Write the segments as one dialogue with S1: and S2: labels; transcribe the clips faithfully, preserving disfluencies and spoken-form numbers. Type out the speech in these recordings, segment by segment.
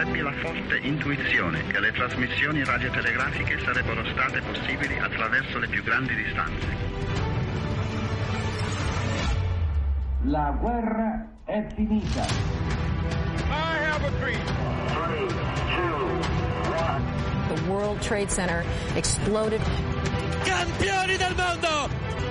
S1: ebbi la forte intuizione che le trasmissioni radiotelegrafiche sarebbero state possibili attraverso le più grandi distanze.
S2: La guerra è finita.
S3: I have a dream.
S2: three, two, one.
S4: The World Trade Center exploded.
S3: Campioni del mondo!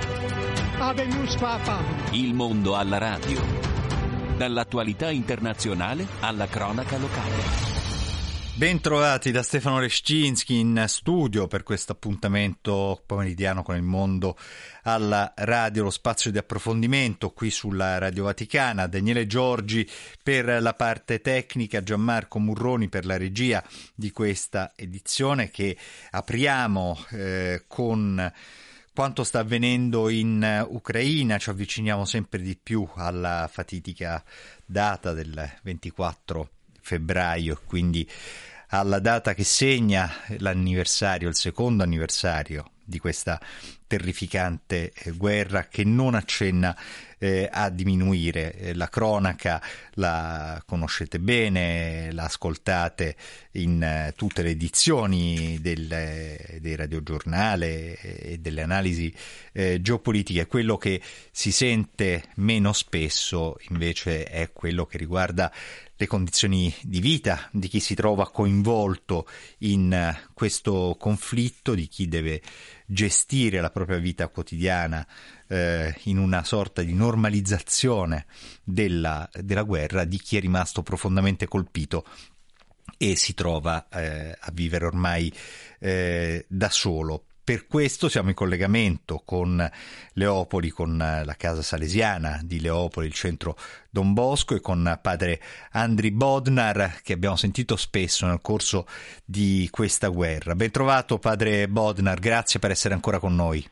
S5: Avenue Papa.
S6: Il mondo alla radio. Dall'attualità internazionale alla cronaca locale.
S7: Ben trovati da Stefano Leszczynski in studio per questo appuntamento pomeridiano con il mondo alla radio, lo spazio di approfondimento qui sulla Radio Vaticana. Daniele Giorgi per la parte tecnica, Gianmarco Murroni per la regia di questa edizione che apriamo eh, con quanto sta avvenendo in Ucraina. Ci avviciniamo sempre di più alla fatidica data del ventiquattro febbraio, quindi alla data che segna l'anniversario, il secondo anniversario di questa terrificante guerra che non accenna eh, a diminuire. Eh, la cronaca la conoscete bene, la ascoltate in eh, tutte le edizioni del, dei radiogiornale e delle analisi eh, geopolitiche. Quello che si sente meno spesso invece è quello che riguarda le condizioni di vita di chi si trova coinvolto in questo conflitto, di chi deve gestire la propria vita quotidiana eh, in una sorta di normalizzazione della, della guerra, di chi è rimasto profondamente colpito e si trova eh, a vivere ormai eh, da solo. Per questo siamo in collegamento con Leopoli, con la casa salesiana di Leopoli, il centro Don Bosco, e con padre Andriy Bodnar, che abbiamo sentito spesso nel corso di questa guerra. Ben trovato padre Bodnar, grazie per essere ancora con noi.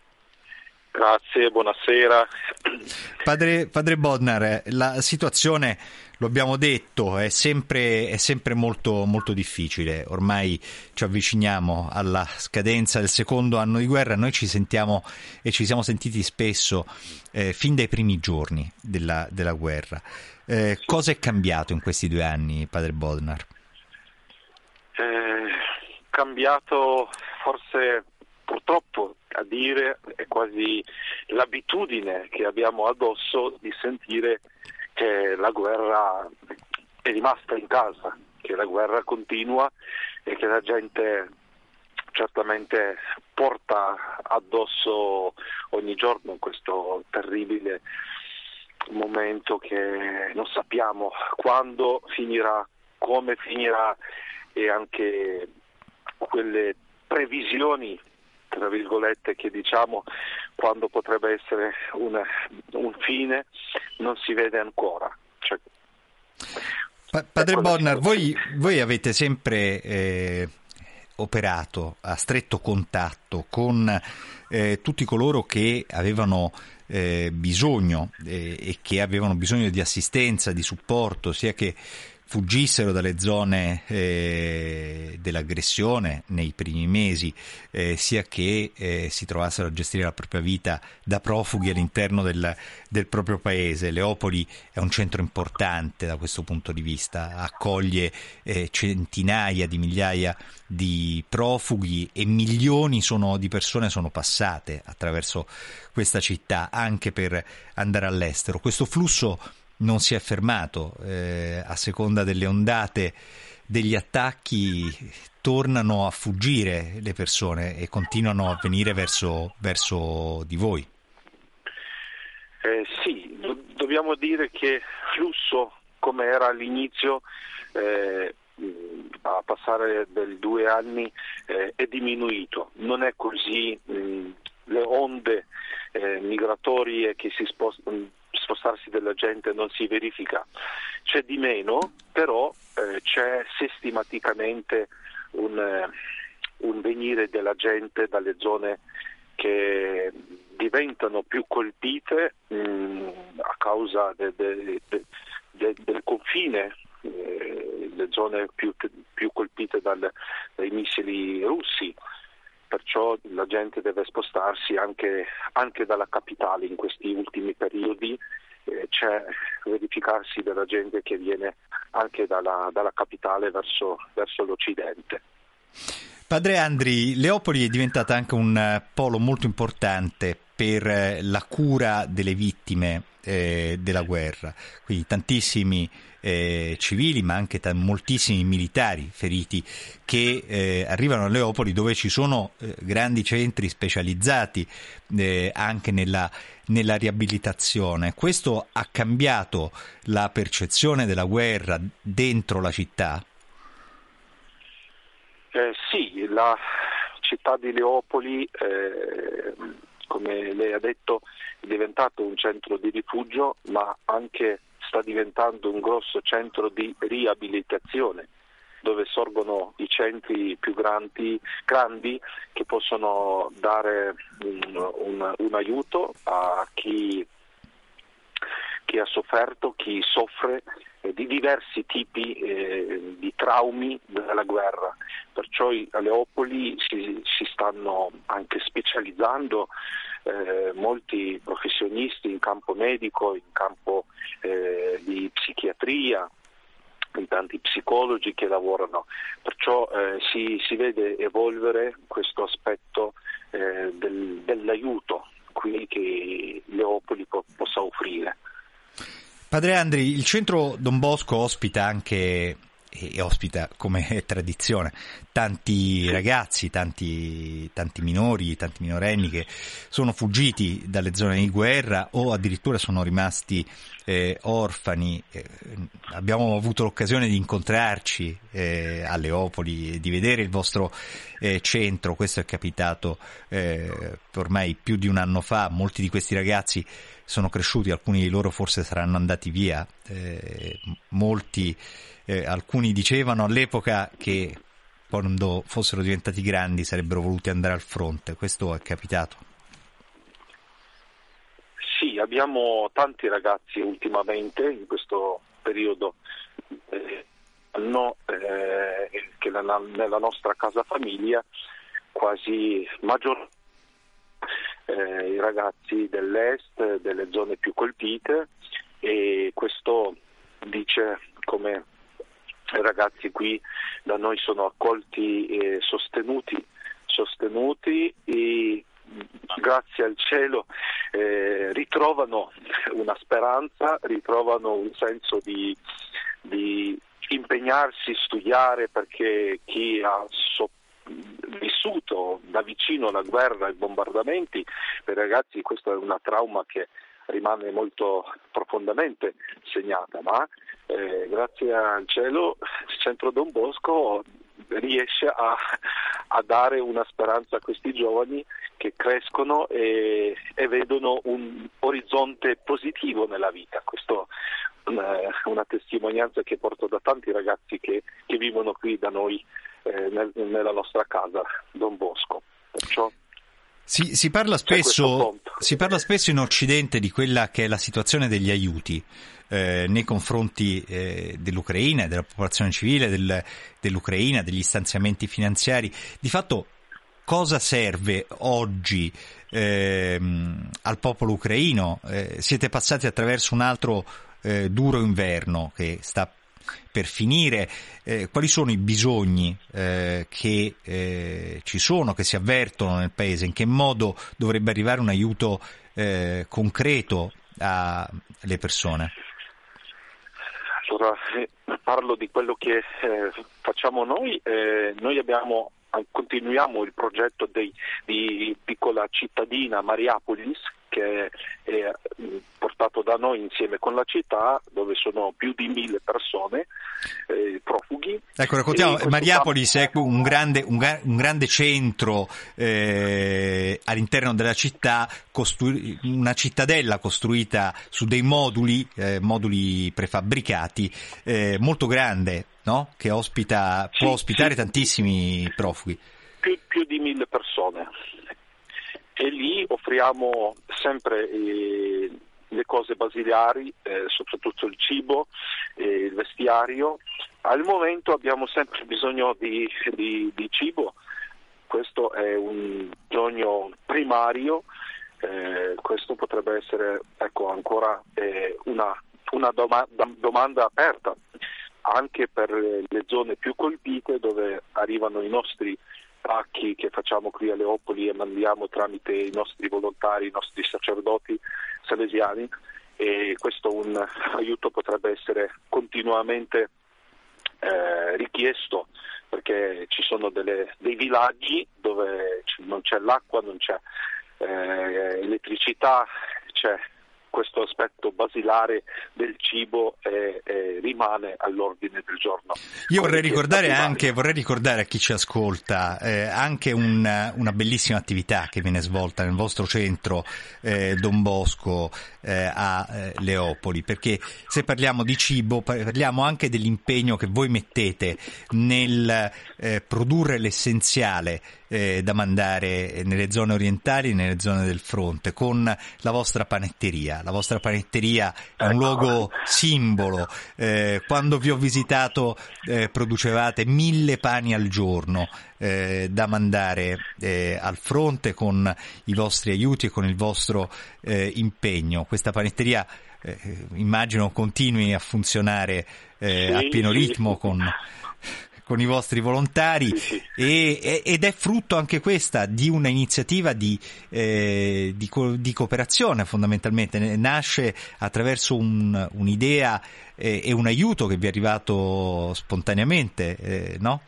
S8: Grazie, buonasera.
S7: Padre, padre Bodnar, la situazione, lo abbiamo detto, è sempre, è sempre molto, molto difficile. Ormai ci avviciniamo alla scadenza del secondo anno di guerra. Noi ci sentiamo e ci siamo sentiti spesso eh, fin dai primi giorni della, della guerra. Eh, cosa è cambiato in questi due anni, padre Bodnar?
S8: Eh, cambiato forse, purtroppo, a dire, è quasi l'abitudine che abbiamo addosso di sentire che la guerra è rimasta in casa, che la guerra continua e che la gente certamente porta addosso ogni giorno questo terribile momento che non sappiamo quando finirà, come finirà, e anche quelle previsioni, tra virgolette, che diciamo quando potrebbe essere un, un fine non si vede ancora. Cioè,
S7: pa- Padre Bodnar, voi, voi avete sempre eh, operato a stretto contatto con eh, tutti coloro che avevano eh, bisogno eh, e che avevano bisogno di assistenza, di supporto, sia che fuggissero dalle zone eh, dell'aggressione nei primi mesi, eh, sia che eh, si trovassero a gestire la propria vita da profughi all'interno del, del proprio paese. Leopoli è un centro importante da questo punto di vista, accoglie eh, centinaia di migliaia di profughi e milioni sono, di persone sono passate attraverso questa città anche per andare all'estero. Questo flusso non si è fermato, eh, a seconda delle ondate degli attacchi tornano a fuggire le persone e continuano a venire verso, verso di voi.
S8: Eh, sì, do- dobbiamo dire che flusso come era all'inizio eh, a passare dei due anni eh, è diminuito, non è così, mh, le onde eh, migratorie che si spostano, spostarsi della gente non si verifica, c'è di meno, però eh, c'è sistematicamente un, eh, un venire della gente dalle zone che diventano più colpite mh, a causa de, de, de, de, del confine, eh, le zone più, più colpite dal, dai missili russi. Perciò la gente deve spostarsi anche, anche dalla capitale in questi ultimi periodi, eh, c'è verificarsi della gente che viene anche dalla, dalla capitale verso, verso l'occidente.
S7: Padre Andri, Leopoli è diventata anche un polo molto importante per la cura delle vittime eh, della guerra, quindi tantissimi eh, civili ma anche t- moltissimi militari feriti che eh, arrivano a Leopoli, dove ci sono eh, grandi centri specializzati eh, anche nella, nella riabilitazione. Questo ha cambiato la percezione della guerra dentro la città?
S8: Eh, sì, la città di Leopoli, eh, come lei ha detto, è diventato un centro di rifugio, ma anche sta diventando un grosso centro di riabilitazione, dove sorgono i centri più grandi, grandi che possono dare un, un, un aiuto a chi, chi ha sofferto, chi soffre di diversi tipi eh, di traumi della guerra. Perciò a Leopoli si, si stanno anche specializzando eh, molti professionisti in campo medico, in campo eh, di psichiatria, in tanti psicologi che lavorano. Perciò eh, si, si vede evolvere questo aspetto eh, del, dell'aiuto qui che Leopoli po- possa offrire.
S7: Padre Andri, il centro Don Bosco ospita anche, e ospita come è tradizione, tanti ragazzi, tanti, tanti minori, tanti minorenni che sono fuggiti dalle zone di guerra o addirittura sono rimasti eh, orfani. Eh, abbiamo avuto l'occasione di incontrarci eh, a Leopoli e di vedere il vostro eh, centro. Questo è capitato eh, ormai più di un anno fa. Molti di questi ragazzi sono cresciuti, alcuni di loro forse saranno andati via, eh, molti, eh, alcuni dicevano all'epoca che quando fossero diventati grandi sarebbero voluti andare al fronte. Questo è capitato?
S8: Sì, abbiamo tanti ragazzi ultimamente in questo periodo eh, no, eh, che nella, nella nostra casa famiglia quasi maggiormente Eh, i ragazzi dell'est, delle zone più colpite, e questo dice come i ragazzi qui da noi sono accolti e sostenuti, sostenuti e grazie al cielo eh, ritrovano una speranza, ritrovano un senso di, di impegnarsi, studiare, perché chi ha sopportato vissuto da vicino la guerra e i bombardamenti, per i ragazzi questo è una trauma che rimane molto profondamente segnata, ma eh, grazie al cielo il centro Don Bosco riesce a, a dare una speranza a questi giovani che crescono e, e vedono un orizzonte positivo nella vita. Questo è una, una testimonianza che porto da tanti ragazzi che, che vivono qui da noi eh, nel, nella nostra casa Don Bosco. Perciò
S7: si, si parla spesso si parla spesso in Occidente di quella che è la situazione degli aiuti eh, nei confronti eh, dell'Ucraina, della popolazione civile del, dell'Ucraina, degli stanziamenti finanziari. Di fatto cosa serve oggi ehm, al popolo ucraino? Eh, siete passati attraverso un altro eh, duro inverno che sta per finire. Eh, quali sono i bisogni eh, che eh, ci sono, che si avvertono nel paese? In che modo dovrebbe arrivare un aiuto eh, concreto alle persone?
S8: Allora, eh, parlo di quello che eh, facciamo noi. Eh, noi abbiamo continuiamo il progetto dei, di piccola cittadina Mariapolis, che è portato da noi insieme con la città, dove sono più di mille persone eh, profughi.
S7: Ecco, raccontiamo, Mariapolis è un grande, un, un grande centro eh, all'interno della città, costru- una cittadella costruita su dei moduli, eh, moduli prefabbricati, eh, molto grande, no? Che ospita, può sì, ospitare sì. tantissimi profughi.
S8: Più, più di mille persone. E lì offriamo sempre eh, le cose basilari, eh, soprattutto il cibo, eh, il vestiario. Al momento abbiamo sempre bisogno di, di, di cibo, questo è un bisogno primario, eh, questo potrebbe essere ecco, ancora eh, una, una doma- domanda aperta anche per le zone più colpite dove arrivano i nostri pacchi che facciamo qui a Leopoli e mandiamo tramite i nostri volontari, i nostri sacerdoti salesiani, e questo un aiuto potrebbe essere continuamente eh, richiesto, perché ci sono delle, dei villaggi dove non c'è l'acqua, non c'è eh, elettricità, c'è questo aspetto basilare del cibo e, e rimane all'ordine del giorno.
S7: Io vorrei ricordare anche, vorrei ricordare a chi ci ascolta eh, anche un, una bellissima attività che viene svolta nel vostro centro eh, Don Bosco eh, a eh, Leopoli, perché se parliamo di cibo parliamo anche dell'impegno che voi mettete nel eh, produrre l'essenziale eh, da mandare nelle zone orientali e nelle zone del fronte con la vostra panetteria. La vostra panetteria è un luogo simbolo. Eh, quando vi ho visitato eh, producevate mille pani al giorno eh, da mandare eh, al fronte con i vostri aiuti e con il vostro eh, impegno. Questa panetteria eh, immagino continui a funzionare eh, a pieno ritmo con... con i vostri volontari, sì, sì. E, ed è frutto anche questa di una iniziativa di, eh, di, co- di cooperazione fondamentalmente, nasce attraverso un, un'idea eh, e un aiuto che vi è arrivato spontaneamente, eh, no?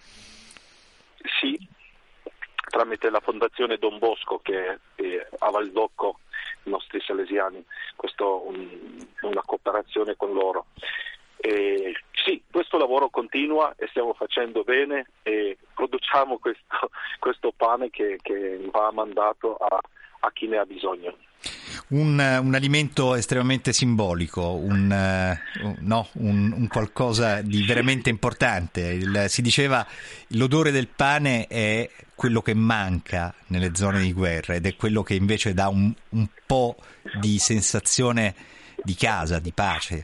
S8: Sì, tramite la Fondazione Don Bosco che è a Valdocco, i nostri salesiani, questo è un, una cooperazione con loro. E sì, questo lavoro continua e stiamo facendo bene e produciamo questo, questo pane che, che va mandato a, a chi ne ha bisogno.
S7: Un, un alimento estremamente simbolico, un, uh, no, un, un qualcosa di veramente importante. Il, si diceva l'odore del pane è quello che manca nelle zone di guerra ed è quello che invece dà un, un po' di sensazione di casa, di pace.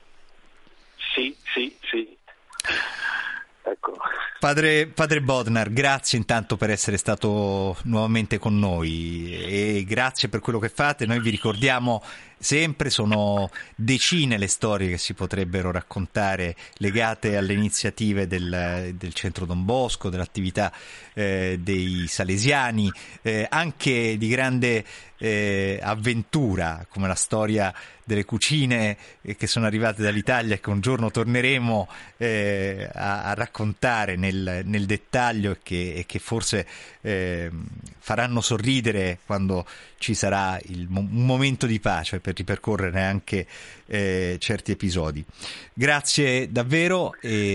S8: Sì, sì, sì. Ecco.
S7: Padre, padre Bodnar, grazie intanto per essere stato nuovamente con noi e grazie per quello che fate. Noi vi ricordiamo sempre, sono decine le storie che si potrebbero raccontare legate alle iniziative del, del Centro Don Bosco, dell'attività eh, dei Salesiani, eh, anche di grande eh, avventura, come la storia delle cucine eh, che sono arrivate dall'Italia e che un giorno torneremo eh, a, a raccontare nel, nel dettaglio e che, e che forse eh, faranno sorridere quando ci sarà il, un momento di pace per ripercorrere anche eh, certi episodi. Grazie davvero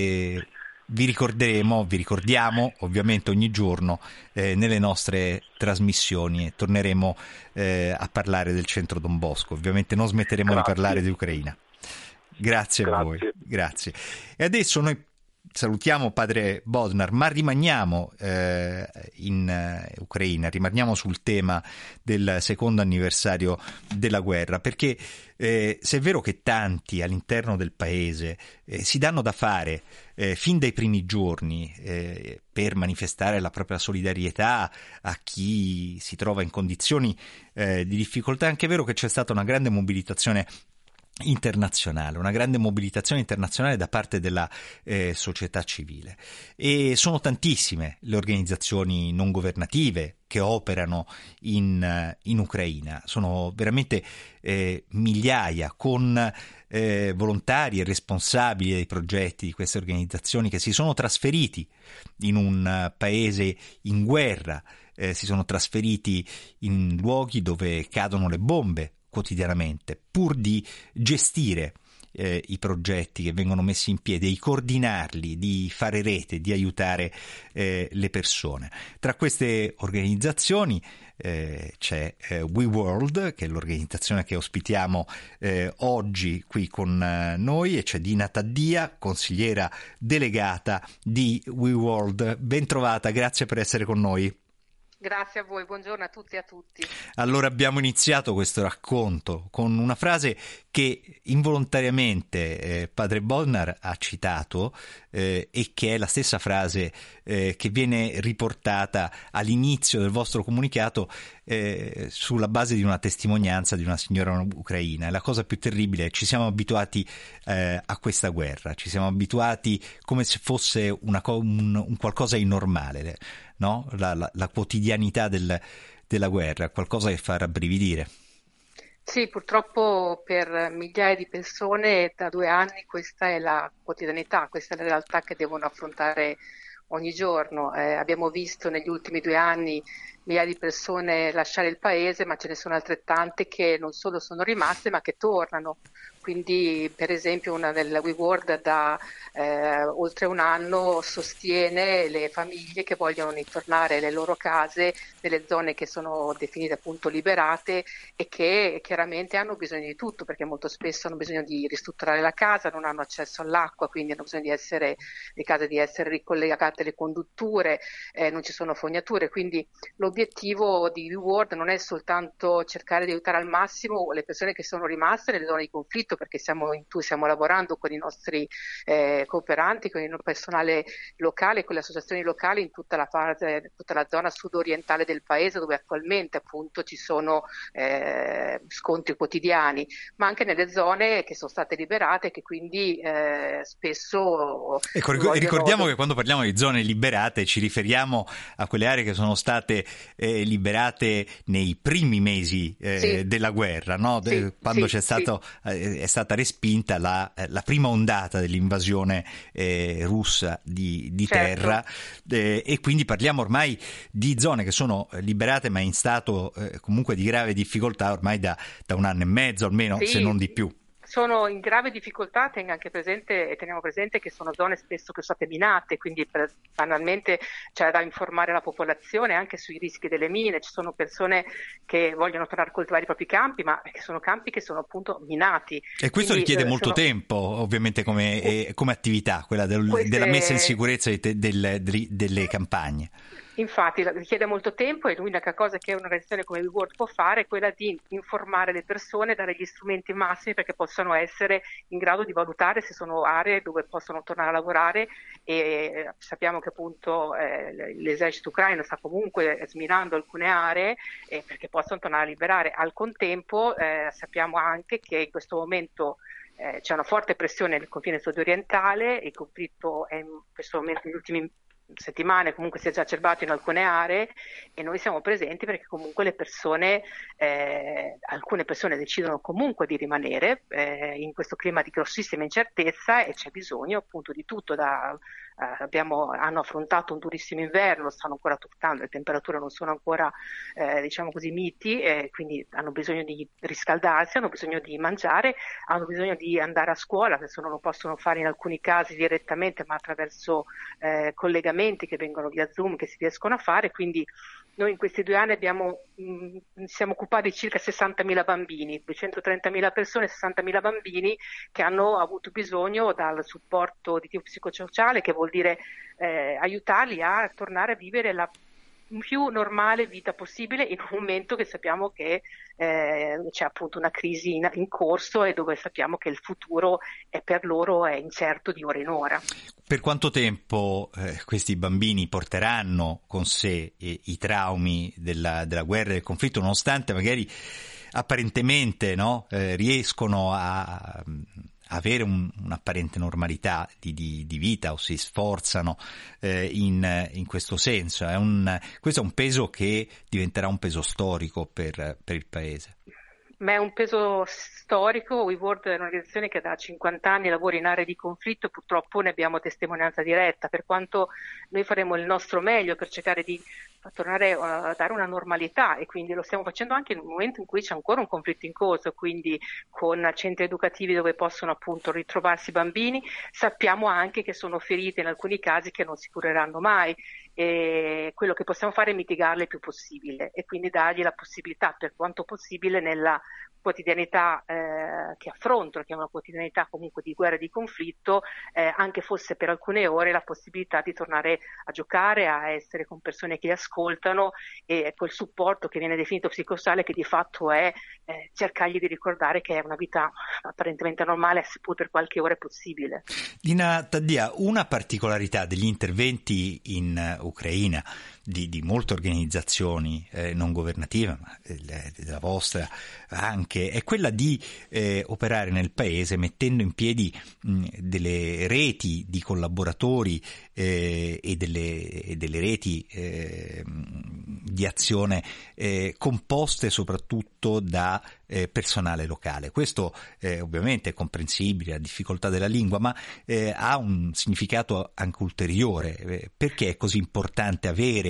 S7: e vi ricorderemo, vi ricordiamo ovviamente ogni giorno eh, nelle nostre trasmissioni e torneremo eh, a parlare del Centro Don Bosco. Ovviamente non smetteremo Grazie. di parlare di Ucraina. Grazie, Grazie a voi. Grazie. E adesso noi salutiamo padre Bodnar, ma rimaniamo eh, in uh, Ucraina, rimaniamo sul tema del secondo anniversario della guerra, perché eh, se è vero che tanti all'interno del paese eh, si danno da fare eh, fin dai primi giorni eh, per manifestare la propria solidarietà a chi si trova in condizioni eh, di difficoltà, è anche vero che c'è stata una grande mobilitazione internazionale, una grande mobilitazione internazionale da parte della eh, società civile e sono tantissime le organizzazioni non governative che operano in, in Ucraina, sono veramente eh, migliaia con eh, volontari e responsabili dei progetti di queste organizzazioni che si sono trasferiti in un paese in guerra, eh, si sono trasferiti in luoghi dove cadono le bombe quotidianamente, pur di gestire eh, i progetti che vengono messi in piedi, di coordinarli, di fare rete, di aiutare eh, le persone. Tra queste organizzazioni eh, c'è eh, We World, che è l'organizzazione che ospitiamo eh, oggi qui con eh, noi, e c'è Dina Taddia, consigliera delegata di We World. Ben trovata, grazie per essere con noi.
S9: Grazie a voi, buongiorno a tutti e a tutti.
S7: Allora abbiamo iniziato questo racconto con una frase che involontariamente eh, padre Bodnar ha citato eh, e che è la stessa frase eh, che viene riportata all'inizio del vostro comunicato eh, sulla base di una testimonianza di una signora ucraina. E la cosa più terribile è che ci siamo abituati eh, a questa guerra, ci siamo abituati come se fosse una co- un, un qualcosa di normale, no? La, la, la quotidianità del, della guerra, qualcosa che fa rabbrividire.
S9: Sì, purtroppo per migliaia di persone da due anni questa è la quotidianità, questa è la realtà che devono affrontare ogni giorno. Eh, abbiamo visto negli ultimi due anni migliaia di persone lasciare il paese, ma ce ne sono altrettante che non solo sono rimaste ma che tornano. Quindi per esempio una del We World da eh, oltre un anno sostiene le famiglie che vogliono ritornare alle loro case nelle zone che sono definite appunto liberate e che chiaramente hanno bisogno di tutto, perché molto spesso hanno bisogno di ristrutturare la casa, non hanno accesso all'acqua, quindi hanno bisogno di essere, le case di essere ricollegate alle condutture, eh, non ci sono fognature, quindi l'obiettivo di We World non è soltanto cercare di aiutare al massimo le persone che sono rimaste nelle zone di conflitto, perché siamo in tu stiamo lavorando con i nostri eh, cooperanti, con il personale locale, con le associazioni locali in tutta la fase, tutta la zona sud-orientale del paese, dove attualmente appunto ci sono eh, scontri quotidiani, ma anche nelle zone che sono state liberate e che quindi eh, spesso
S7: ecco,
S9: vogliono...
S7: ricordiamo che quando parliamo di zone liberate ci riferiamo a quelle aree che sono state eh, liberate nei primi mesi eh, sì. della guerra, no?
S9: Sì,
S7: quando
S9: sì,
S7: c'è stato
S9: sì.
S7: eh, è stata respinta la, la prima ondata dell'invasione eh, russa di, di
S9: certo.
S7: terra eh, e quindi parliamo ormai di zone che sono liberate ma in stato eh, comunque di grave difficoltà ormai da, da un anno e mezzo almeno,
S9: sì.
S7: se non di più.
S9: Sono in grave difficoltà, tengo anche presente e teniamo presente che sono zone spesso che sono state minate, quindi per, banalmente c'è da informare la popolazione anche sui rischi delle mine. Ci sono persone che vogliono tornare a coltivare i propri campi, ma che sono campi che sono appunto minati.
S7: E questo
S9: quindi,
S7: richiede
S9: eh,
S7: molto
S9: sono...
S7: tempo, ovviamente, come, eh, come attività, quella del,
S9: Queste...
S7: della messa in sicurezza di te, del, del, delle campagne.
S9: Infatti richiede molto tempo e l'unica cosa che un'organizzazione come We World può fare è quella di informare le persone, dare gli strumenti massimi perché possano essere in grado di valutare se sono aree dove possono tornare a lavorare e sappiamo che appunto eh, l'esercito ucraino sta comunque sminando alcune aree eh, perché possono tornare a liberare. Al contempo eh, sappiamo anche che in questo momento eh, c'è una forte pressione nel confine sud-orientale, il conflitto è in questo momento negli ultimi settimane comunque si è esacerbato in alcune aree e noi siamo presenti perché comunque le persone, eh, alcune persone decidono comunque di rimanere eh, in questo clima di grossissima incertezza e c'è bisogno appunto di tutto. Da, eh, abbiamo, hanno affrontato un durissimo inverno, stanno ancora toccando, le temperature non sono ancora eh, diciamo così miti, eh, quindi hanno bisogno di riscaldarsi, hanno bisogno di mangiare, hanno bisogno di andare a scuola, adesso non lo possono fare in alcuni casi direttamente ma attraverso eh, collegamenti che vengono via Zoom, che si riescono a fare, quindi noi in questi due anni abbiamo, mh, siamo occupati di circa sessantamila bambini, duecentotrentamila persone, sessantamila bambini che hanno avuto bisogno dal supporto di tipo psicosociale, che vuol dire eh, aiutarli a tornare a vivere la più normale vita possibile in un momento che sappiamo che eh, c'è appunto una crisi in, in corso e dove sappiamo che il futuro è per loro è incerto di ora in ora.
S7: Per quanto tempo eh, questi bambini porteranno con sé eh, i traumi della, della guerra e del conflitto, nonostante magari apparentemente no, eh, riescono a avere un, un'apparente normalità di, di, di vita o si sforzano eh, in, in questo senso? È un, questo è un peso che diventerà un peso storico per, per il paese.
S9: Ma è un peso storico. We World è un'organizzazione che da cinquanta anni lavora in aree di conflitto e purtroppo ne abbiamo testimonianza diretta, per quanto noi faremo il nostro meglio per cercare di tornare a dare una normalità e quindi lo stiamo facendo anche in un momento in cui c'è ancora un conflitto in corso, quindi con centri educativi dove possono appunto ritrovarsi i bambini. Sappiamo anche che sono ferite in alcuni casi che non si cureranno mai e quello che possiamo fare è mitigarle il più possibile e quindi dargli la possibilità, per quanto possibile, nella quotidianità eh, che affrontano, che è una quotidianità comunque di guerra e di conflitto, eh, anche fosse per alcune ore, la possibilità di tornare a giocare, a essere con persone che li ascoltano, e quel supporto che viene definito psicosociale, che di fatto è eh, cercargli di ricordare che è una vita apparentemente normale, seppur per qualche ora è possibile.
S7: Dina Taddia, una particolarità degli interventi in Ucraina di, di molte organizzazioni eh, non governative, ma eh, della vostra anche, è quella di eh, operare nel paese mettendo in piedi mh, delle reti di collaboratori eh, e, delle, e delle reti eh, di azione eh, composte soprattutto da eh, personale locale. Questo eh, ovviamente è comprensibile, la difficoltà della lingua, ma eh, ha un significato anche ulteriore. Eh, perché è così importante avere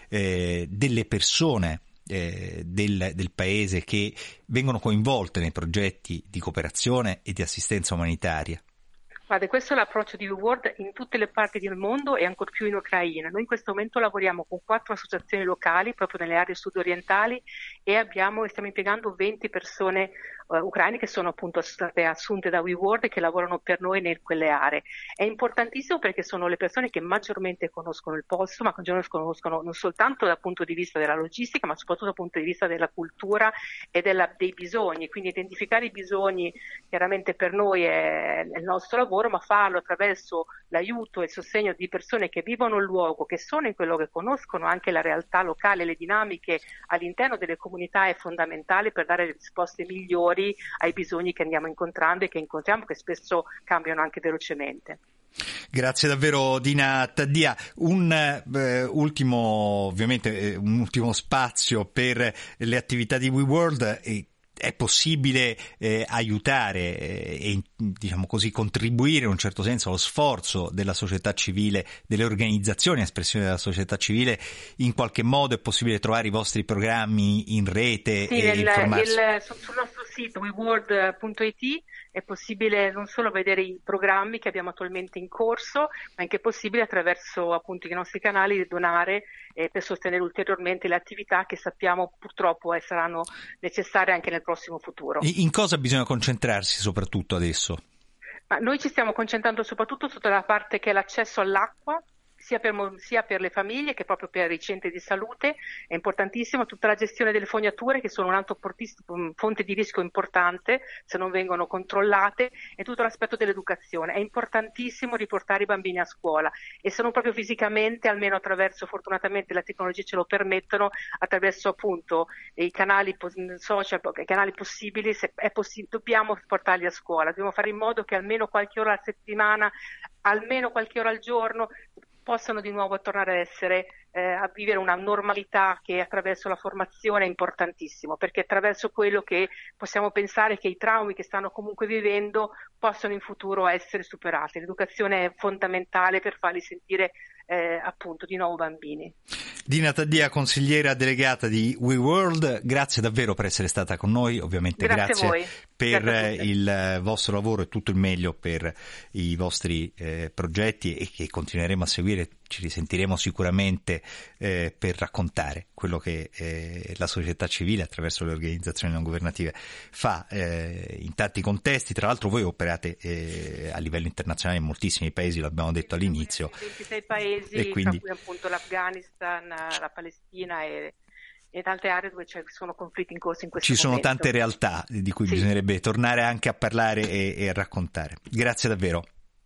S7: eh, delle persone eh, del, del paese che vengono coinvolte nei progetti di cooperazione e di assistenza umanitaria?
S9: Guarda, questo è l'approccio di WeWorld in tutte le parti del mondo e ancor più in Ucraina. Noi in questo momento lavoriamo con quattro associazioni locali proprio nelle aree sud-orientali e abbiamo, stiamo impiegando venti persone uh, ucraine che sono appunto state assunte da WeWorld e che lavorano per noi in quelle aree. È importantissimo perché sono le persone che maggiormente conoscono il posto, ma conoscono non soltanto dal punto di vista della logistica, ma soprattutto dal punto di vista della cultura e della, dei bisogni. Quindi identificare i bisogni chiaramente per noi è, è il nostro lavoro, ma farlo attraverso l'aiuto e il sostegno di persone che vivono il luogo, che sono in quel luogo, che conoscono anche la realtà locale, le dinamiche all'interno delle comunità, è fondamentale per dare le risposte migliori ai bisogni che andiamo incontrando e che incontriamo, che spesso cambiano anche velocemente.
S7: Grazie davvero Dina Taddia. Un eh, ultimo, ovviamente, eh, un ultimo spazio per le attività di WeWorld. E è possibile eh, aiutare eh, e diciamo così contribuire in un certo senso allo sforzo della società civile, delle organizzazioni a espressione della società civile? In qualche modo è possibile trovare i vostri programmi in rete
S9: sì,
S7: e
S9: nel,
S7: informarsi?
S9: Il, sul nostro sito weworld punto it è possibile non solo vedere i programmi che abbiamo attualmente in corso, ma anche possibile attraverso appunto i nostri canali donare eh, per sostenere ulteriormente le attività che sappiamo purtroppo eh, saranno necessarie anche nel prossimo futuro.
S7: In cosa bisogna concentrarsi soprattutto adesso?
S9: Ma noi ci stiamo concentrando soprattutto sotto la parte che è l'accesso all'acqua, sia per, sia per le famiglie che proprio per i centri di salute. È importantissimo tutta la gestione delle fognature, che sono un'altra fonte di rischio importante se non vengono controllate, e tutto l'aspetto dell'educazione. È importantissimo riportare i bambini a scuola, e se non proprio fisicamente, almeno attraverso, fortunatamente le tecnologie ce lo permettono, attraverso appunto i canali social, i canali possibili, se è possibile, dobbiamo portarli a scuola, dobbiamo fare in modo che almeno qualche ora alla settimana, almeno qualche ora al giorno, possano di nuovo tornare ad essere, eh, a vivere una normalità che attraverso la formazione è importantissimo, perché attraverso quello che possiamo pensare che i traumi che stanno comunque vivendo possano in futuro essere superati. L'educazione è fondamentale per farli sentire eh, appunto di nuovo bambini.
S7: Dina Taddia, consigliera delegata di WeWorld, grazie davvero per essere stata con noi, ovviamente
S9: grazie,
S7: grazie
S9: a voi.
S7: per
S9: grazie
S7: il vostro lavoro e tutto il meglio per i vostri eh, progetti, e che continueremo a seguire. Ci risentiremo sicuramente eh, per raccontare quello che eh, la società civile attraverso le organizzazioni non governative fa eh, in tanti contesti. Tra l'altro voi operate eh, a livello internazionale in moltissimi paesi, l'abbiamo detto all'inizio.
S9: ventisei paesi,
S7: e quindi...
S9: tra cui appunto l'Afghanistan, la Palestina e e tante aree dove ci sono conflitti in corso in questo
S7: Ci
S9: momento.
S7: sono tante realtà di cui sì. bisognerebbe tornare anche a parlare e, e a raccontare. Grazie davvero.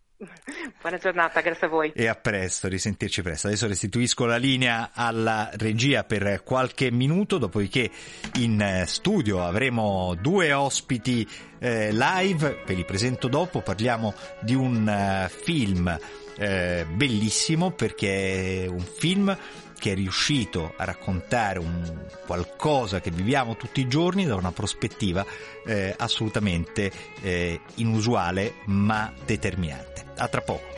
S9: Buona giornata, grazie a voi.
S7: E a presto, risentirci presto. Adesso restituisco la linea alla regia per qualche minuto, dopodiché in studio avremo due ospiti eh, live, ve li presento dopo. Parliamo di un uh, film eh, bellissimo, perché è un film che è riuscito a raccontare un qualcosa che viviamo tutti i giorni da una prospettiva eh, assolutamente eh, inusuale ma determinante. A tra poco.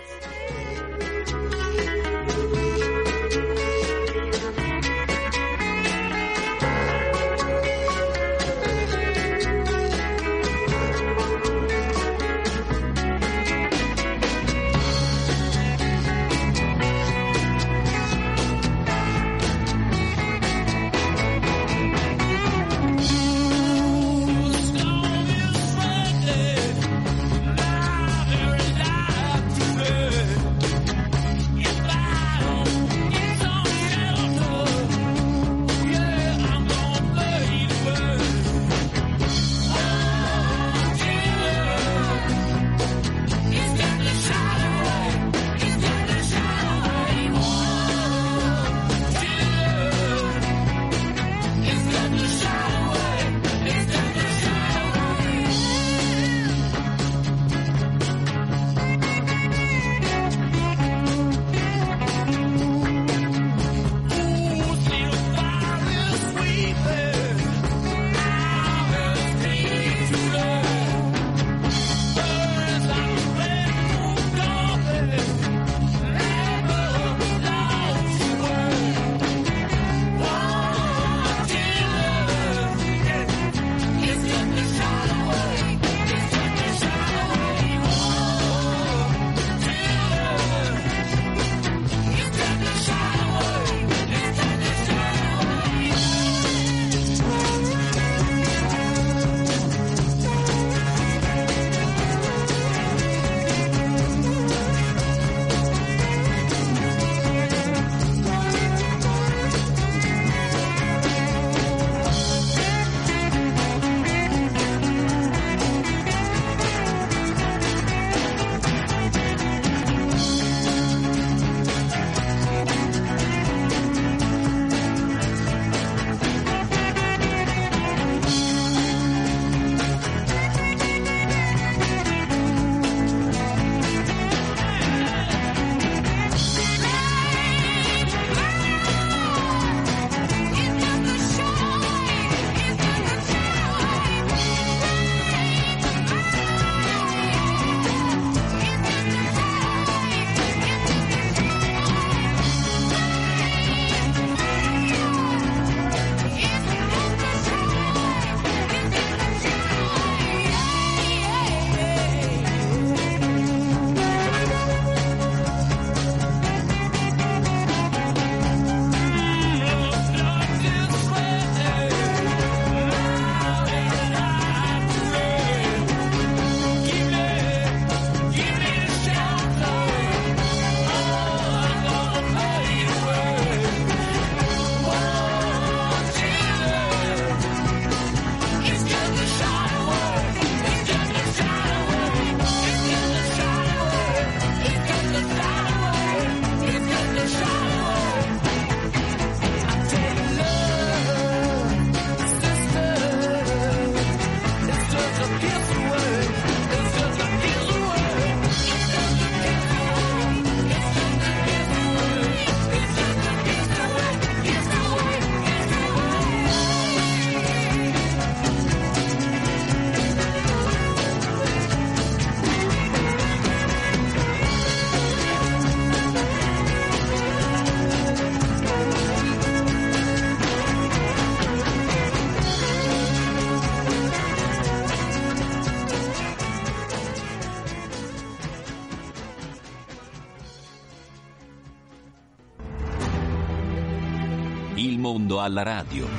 S6: Il mondo alla radio.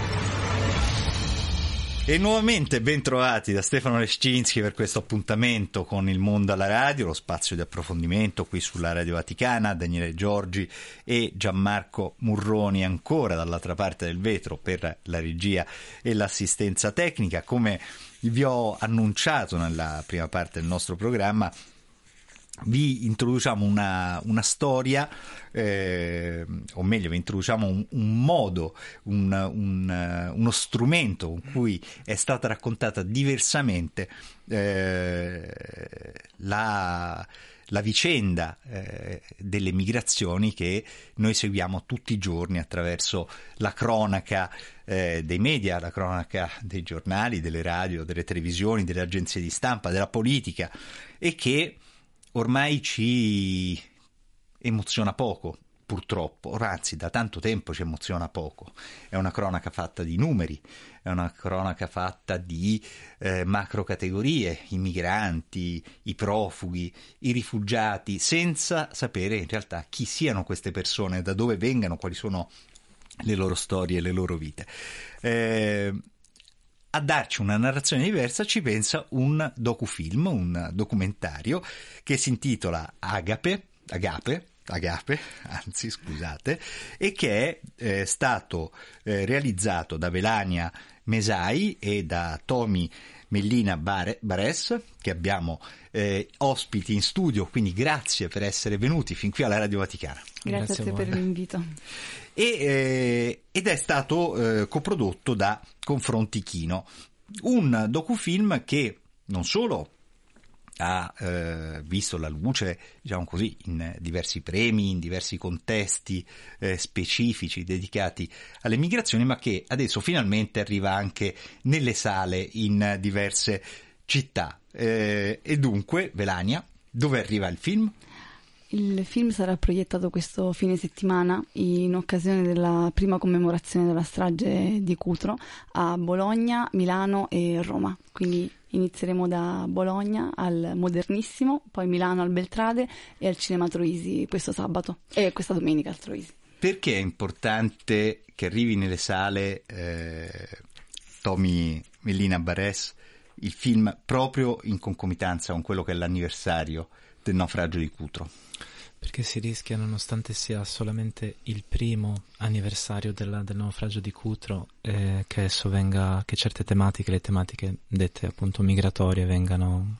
S7: E nuovamente ben trovati da Stefano Leszczynski per questo appuntamento con Il mondo alla radio, lo spazio di approfondimento qui sulla Radio Vaticana. Daniele Giorgi e Gianmarco Murroni ancora dall'altra parte del vetro per la regia e l'assistenza tecnica. Come vi ho annunciato nella prima parte del nostro programma, vi introduciamo una, una storia, eh, o meglio vi introduciamo un, un modo, un, un, uno strumento con cui è stata raccontata diversamente eh, la, la vicenda eh, delle migrazioni che noi seguiamo tutti i giorni attraverso la cronaca eh, dei media, la cronaca dei giornali, delle radio, delle televisioni, delle agenzie di stampa, della politica, e che ormai ci emoziona poco, purtroppo, anzi da tanto tempo ci emoziona poco. È una cronaca fatta di numeri, è una cronaca fatta di eh, macro categorie, i migranti, i profughi, i rifugiati, senza sapere in realtà chi siano queste persone, da dove vengano, quali sono le loro storie e le loro vite. Eh, A darci una narrazione diversa ci pensa un docufilm, un documentario che si intitola Agape, Agape, Agape, anzi scusate, e che è eh, stato eh, realizzato da Velania Mesai e da Tomi Mellina Bare, Bares, che abbiamo eh, ospiti in studio, quindi grazie per essere venuti fin qui alla Radio Vaticana.
S10: Grazie, grazie a te per l'invito.
S7: E, eh, ed è stato eh, coprodotto da Confronti Kino, un docufilm che non solo ha eh, visto la luce, diciamo così, in diversi premi, in diversi contesti eh, specifici dedicati alle migrazioni, ma che adesso finalmente arriva anche nelle sale in diverse città. Eh, e dunque, Velania, dove arriva il film?
S10: Il film sarà proiettato questo fine settimana in occasione della prima commemorazione della strage di Cutro a Bologna, Milano e Roma. Quindi inizieremo da Bologna al Modernissimo, poi Milano al Beltrade e al Cinema Troisi questo sabato e questa domenica al Troisi.
S7: Perché è importante che arrivi nelle sale eh, Tomi Mellina Bares il film proprio in concomitanza con quello che è l'anniversario del naufragio di Cutro?
S11: Perché si rischia, nonostante sia solamente il primo anniversario della, del naufragio di Cutro, eh, che esso venga, che certe tematiche, le tematiche dette appunto migratorie, vengano,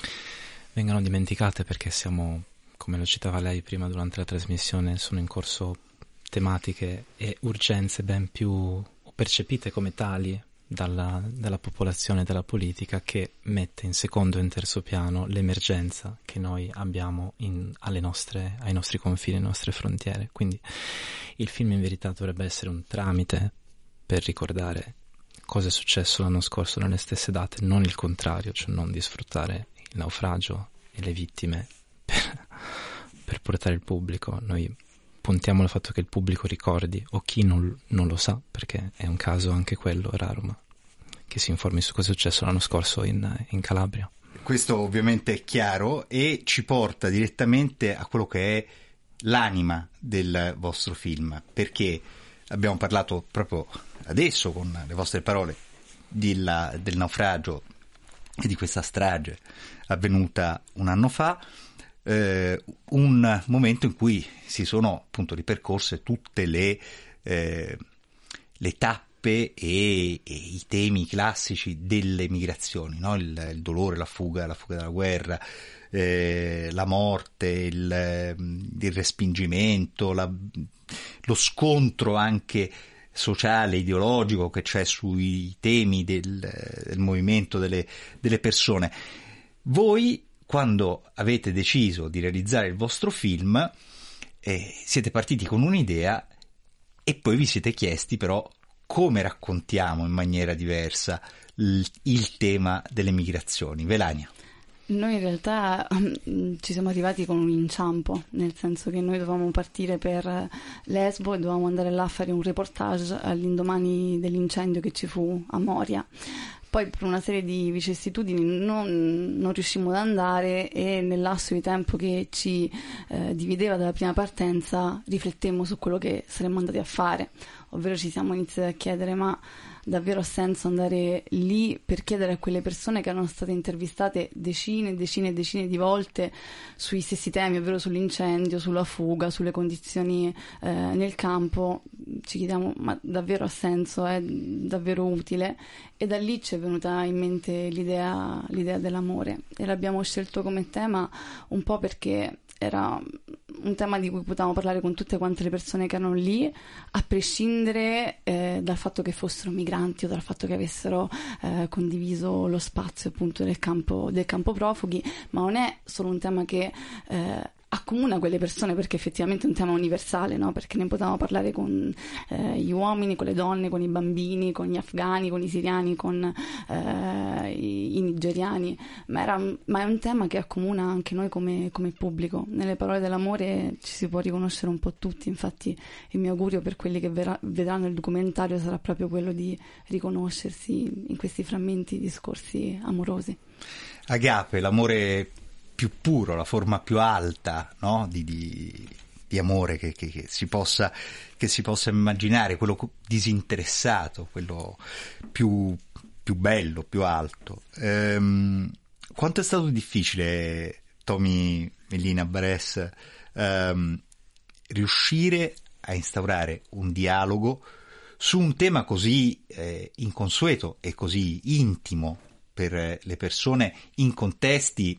S11: vengano dimenticate, perché siamo, come lo citava lei prima durante la trasmissione, sono in corso tematiche e urgenze ben più percepite come tali dalla, dalla popolazione e dalla politica, che mette in secondo e in terzo piano l'emergenza che noi abbiamo in, alle nostre, ai nostri confini, alle nostre frontiere. Quindi il film in verità dovrebbe essere un tramite per ricordare cosa è successo l'anno scorso nelle stesse date, non il contrario, cioè non di sfruttare il naufragio e le vittime per, per portare il pubblico. Noi puntiamo al fatto che il pubblico ricordi, o chi non, non lo sa, perché è un caso anche quello raro, ma che si informi su cosa è successo l'anno scorso in, in Calabria.
S7: Questo ovviamente è chiaro e ci porta direttamente a quello che è l'anima del vostro film, perché abbiamo parlato proprio adesso con le vostre parole di la, del naufragio e di questa strage avvenuta un anno fa. Eh, un momento in cui si sono appunto ripercorse tutte le, eh, le tappe e, e i temi classici delle migrazioni, no? il, il dolore, la fuga, la fuga dalla guerra, eh, la morte, il, il respingimento, la, lo scontro anche sociale, ideologico che c'è sui temi del, del movimento delle, delle persone. Voi, quando avete deciso di realizzare il vostro film, eh, siete partiti con un'idea e poi vi siete chiesti però come raccontiamo in maniera diversa il, il tema delle migrazioni. Velania.
S10: Noi in realtà um, ci siamo arrivati con un inciampo, nel senso che noi dovevamo partire per Lesbo e dovevamo andare là a fare un reportage all'indomani dell'incendio che ci fu a Moria. Poi per una serie di vicissitudini non, non riuscimmo ad andare, e nel lasso di tempo che ci eh, divideva dalla prima partenza riflettemmo su quello che saremmo andati a fare, ovvero ci siamo iniziati a chiedere: ma davvero ha senso andare lì per chiedere a quelle persone che erano state intervistate decine e decine e decine di volte sui stessi temi, ovvero sull'incendio, sulla fuga, sulle condizioni eh, nel campo? Ci chiediamo: ma davvero ha senso? È davvero utile? E da lì ci è venuta in mente l'idea, l'idea dell'amore, e l'abbiamo scelto come tema un po' perché era un tema di cui potevamo parlare con tutte quante le persone che erano lì, a prescindere eh, dal fatto che fossero migranti o dal fatto che avessero eh, condiviso lo spazio appunto del campo, del campo profughi. Ma non è solo un tema che eh, accomuna quelle persone, perché effettivamente è un tema universale, no? Perché ne potevamo parlare con eh, gli uomini, con le donne, con i bambini, con gli afghani, con i siriani, con eh, i, i nigeriani, ma, era, ma è un tema che accomuna anche noi come, come pubblico. Nelle parole dell'amore ci si può riconoscere un po' tutti, infatti il mio augurio per quelli che verrà, vedranno il documentario sarà proprio quello di riconoscersi in questi frammenti di discorsi amorosi.
S7: Agape, l'amore più puro, la forma più alta, no? di, di, di amore che, che, che, si possa, che si possa immaginare, quello disinteressato, quello più, più bello, più alto. Ehm, quanto è stato difficile, Tomi Mellina Bares, ehm, riuscire a instaurare un dialogo su un tema così eh, inconsueto e così intimo per le persone, in contesti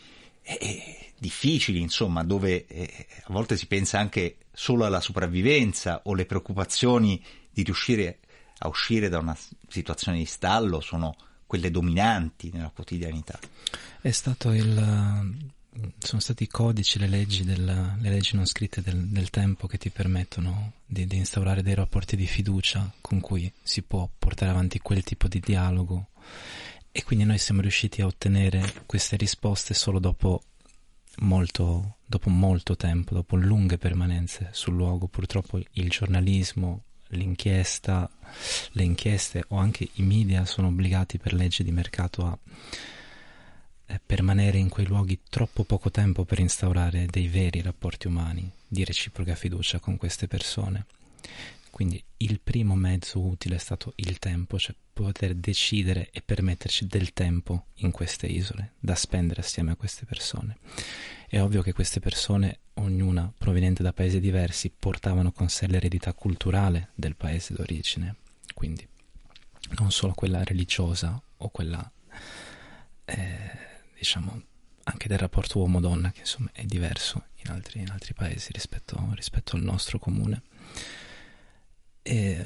S7: eh, difficili, insomma, dove eh, a volte si pensa anche solo alla sopravvivenza, o le preoccupazioni di riuscire a uscire da una situazione di stallo sono quelle dominanti nella quotidianità.
S11: È stato il sono stati i codici, le leggi, del, le leggi non scritte del, del tempo che ti permettono di, di instaurare dei rapporti di fiducia con cui si può portare avanti quel tipo di dialogo, e quindi noi siamo riusciti a ottenere queste risposte solo dopo molto, dopo molto tempo, dopo lunghe permanenze sul luogo. Purtroppo il giornalismo, l'inchiesta, le inchieste o anche i media sono obbligati per legge di mercato a permanere in quei luoghi troppo poco tempo per instaurare dei veri rapporti umani di reciproca fiducia con queste persone. Quindi il primo mezzo utile è stato il tempo, cioè poter decidere e permetterci del tempo in queste isole da spendere assieme a queste persone. È ovvio che queste persone, ognuna proveniente da paesi diversi, portavano con sé l'eredità culturale del paese d'origine, quindi non solo quella religiosa o quella eh, diciamo anche del rapporto uomo-donna, che insomma è diverso in altri, in altri paesi rispetto, rispetto al nostro comune. E,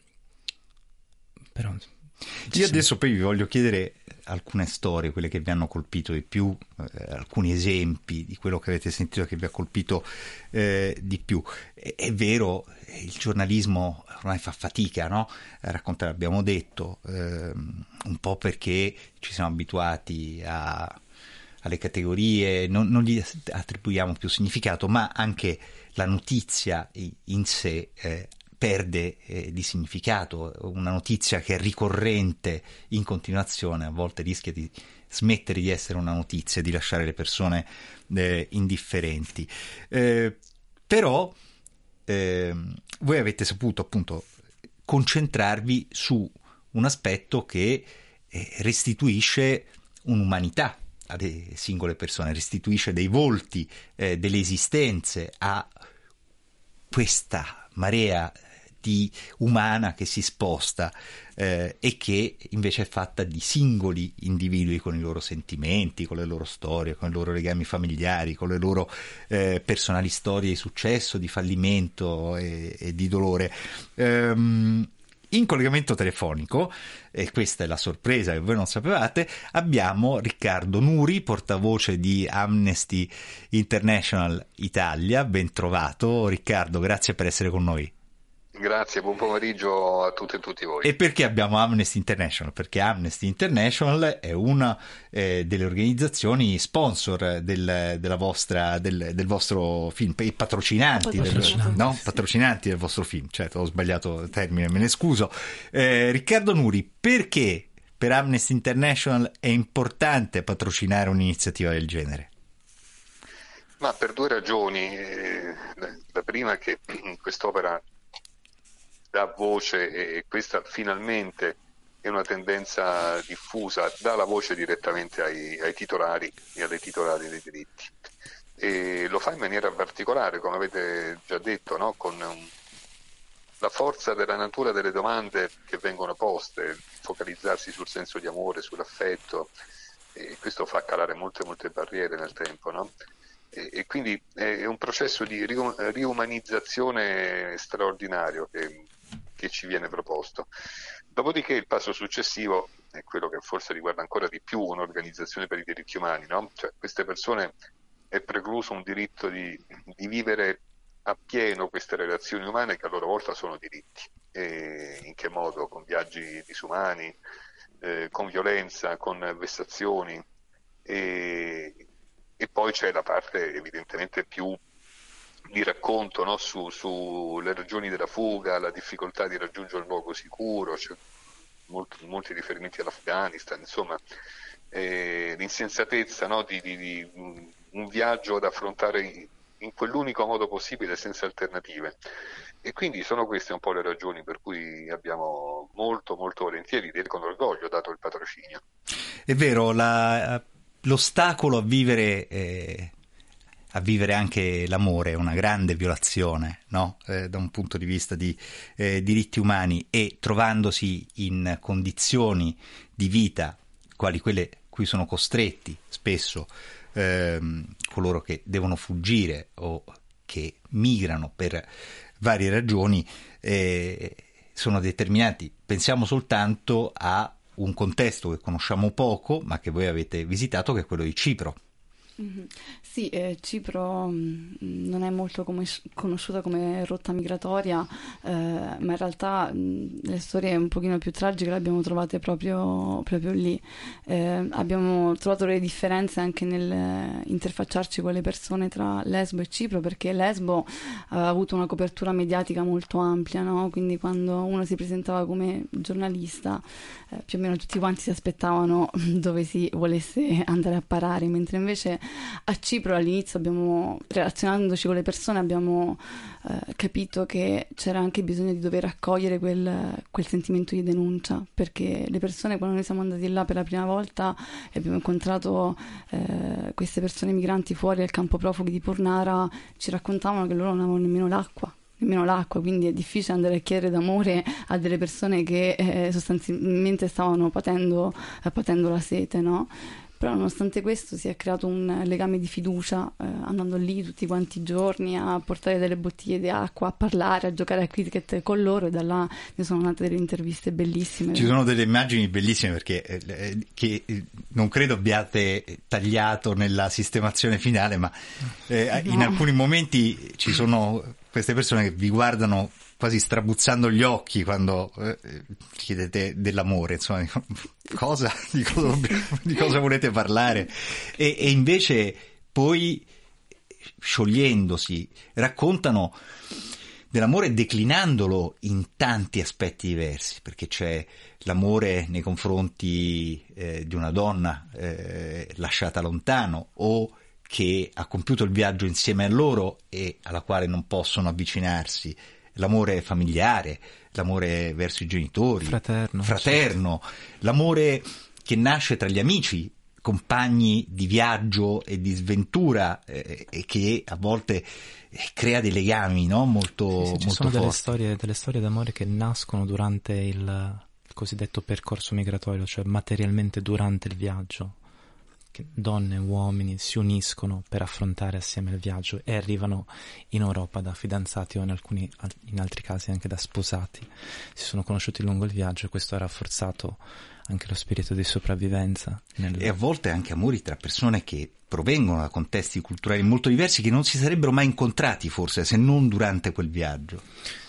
S11: però
S7: io adesso poi vi voglio chiedere alcune storie, quelle che vi hanno colpito di più, eh, alcuni esempi di quello che avete sentito che vi ha colpito eh, di più. È, è vero, il giornalismo ormai fa fatica, no? A raccontare, abbiamo detto, ehm, un po' perché ci siamo abituati a, alle categorie, non, non gli attribuiamo più significato, ma anche la notizia in sé eh, perde eh, di significato. Una notizia che è ricorrente in continuazione a volte rischia di smettere di essere una notizia, di lasciare le persone eh, indifferenti. Eh, però eh, voi avete saputo appunto concentrarvi su un aspetto che eh, restituisce un'umanità alle singole persone, restituisce dei volti, eh, delle esistenze a questa marea di umana che si sposta eh, e che invece è fatta di singoli individui con i loro sentimenti, con le loro storie, con i loro legami familiari, con le loro eh, personali storie di successo, di fallimento e, e di dolore. Ehm, in collegamento telefonico, e questa è la sorpresa che voi non sapevate, abbiamo Riccardo Nuri, portavoce di Amnesty International Italia. Ben trovato Riccardo, grazie per essere con noi.
S12: Grazie, buon pomeriggio a tutte e tutti voi.
S7: E perché abbiamo Amnesty International? Perché Amnesty International è una eh, delle organizzazioni sponsor del, della vostra, del, del vostro film, i patrocinanti, del, no? patrocinanti del vostro film. Certo, ho sbagliato il termine, me ne scuso. Eh, Riccardo Nuri, perché per Amnesty International è importante patrocinare un'iniziativa del genere?
S12: Ma per due ragioni. Eh, la prima è che quest'opera dà voce, e questa finalmente è una tendenza diffusa, dà la voce direttamente ai, ai titolari e alle titolari dei diritti. E lo fa in maniera particolare, come avete già detto, no? Con um, la forza della natura delle domande che vengono poste, focalizzarsi sul senso di amore, sull'affetto, e questo fa calare molte molte barriere nel tempo, no? E, e quindi è un processo di riumanizzazione straordinario che, che ci viene proposto. Dopodiché il passo successivo è quello che forse riguarda ancora di più un'organizzazione per i diritti umani, no? Cioè, queste persone è precluso un diritto di, di vivere appieno queste relazioni umane che a loro volta sono diritti. E in che modo? Con viaggi disumani, eh, con violenza, con vessazioni, e, e poi c'è la parte evidentemente più di racconto, no? su, sulle ragioni della fuga, la difficoltà di raggiungere un luogo sicuro, c'è molti, molti riferimenti all'Afghanistan, insomma, eh, l'insensatezza, no? di, di, di un viaggio da affrontare in, in quell'unico modo possibile, senza alternative. E quindi sono queste un po' le ragioni per cui abbiamo molto molto volentieri, direi con orgoglio, dato il patrocinio.
S7: È vero, la, l'ostacolo a vivere eh, a vivere anche l'amore è una grande violazione, no? Eh, da un punto di vista di eh, diritti umani, e trovandosi in condizioni di vita quali quelle cui sono costretti spesso ehm, coloro che devono fuggire o che migrano per varie ragioni, eh, sono determinati. Pensiamo soltanto a un contesto che conosciamo poco, ma che voi avete visitato, che è quello di Cipro.
S10: Mm-hmm. Sì, eh, Cipro mh, non è molto come, conosciuta come rotta migratoria, eh, ma in realtà mh, le storie un pochino più tragiche le abbiamo trovate proprio, proprio lì. Eh, abbiamo trovato le differenze anche nel interfacciarci con le persone tra Lesbo e Cipro, perché Lesbo ha avuto una copertura mediatica molto ampia, no? Quindi quando uno si presentava come giornalista, eh, più o meno tutti quanti si aspettavano dove si volesse andare a parare, mentre invece a Cipro all'inizio abbiamo, relazionandoci con le persone, abbiamo eh, capito che c'era anche bisogno di dover accogliere quel, quel sentimento di denuncia, perché le persone, quando noi siamo andati là per la prima volta e abbiamo incontrato eh, queste persone migranti fuori al campo profughi di Purnara, ci raccontavano che loro non avevano nemmeno l'acqua nemmeno l'acqua, quindi è difficile andare a chiedere d'amore a delle persone che eh, sostanzialmente stavano patendo, eh, patendo la sete, no? Però nonostante questo si è creato un legame di fiducia, eh, andando lì tutti quanti i giorni a portare delle bottiglie di acqua, a parlare, a giocare a cricket con loro, e da là ne sono nate delle interviste bellissime.
S7: Ci sono delle immagini bellissime, perché eh, che non credo abbiate tagliato nella sistemazione finale, ma eh, no. In alcuni momenti ci sono queste persone che vi guardano quasi strabuzzando gli occhi quando eh, chiedete dell'amore, insomma, cosa, di, cosa, di cosa volete parlare, e, e invece poi, sciogliendosi, raccontano dell'amore declinandolo in tanti aspetti diversi, perché c'è l'amore nei confronti eh, di una donna eh, lasciata lontano, o che ha compiuto il viaggio insieme a loro e alla quale non possono avvicinarsi, l'amore familiare, l'amore verso i genitori,
S11: fraterno,
S7: fraterno certo. L'amore che nasce tra gli amici, compagni di viaggio e di sventura, eh, e che a volte crea dei legami, no? molto,
S11: sì, sì, ci
S7: molto
S11: sono
S7: forti.
S11: delle storie, delle storie d'amore che nascono durante il, il cosiddetto percorso migratorio, cioè materialmente durante il viaggio. Che donne e uomini si uniscono per affrontare assieme il viaggio e arrivano in Europa da fidanzati, o in alcuni in altri casi anche da sposati. Si sono conosciuti lungo il viaggio, e questo ha rafforzato anche lo spirito di sopravvivenza. Nel...
S7: E a volte anche amori tra persone che provengono da contesti culturali molto diversi, che non si sarebbero mai incontrati forse, se non durante quel viaggio.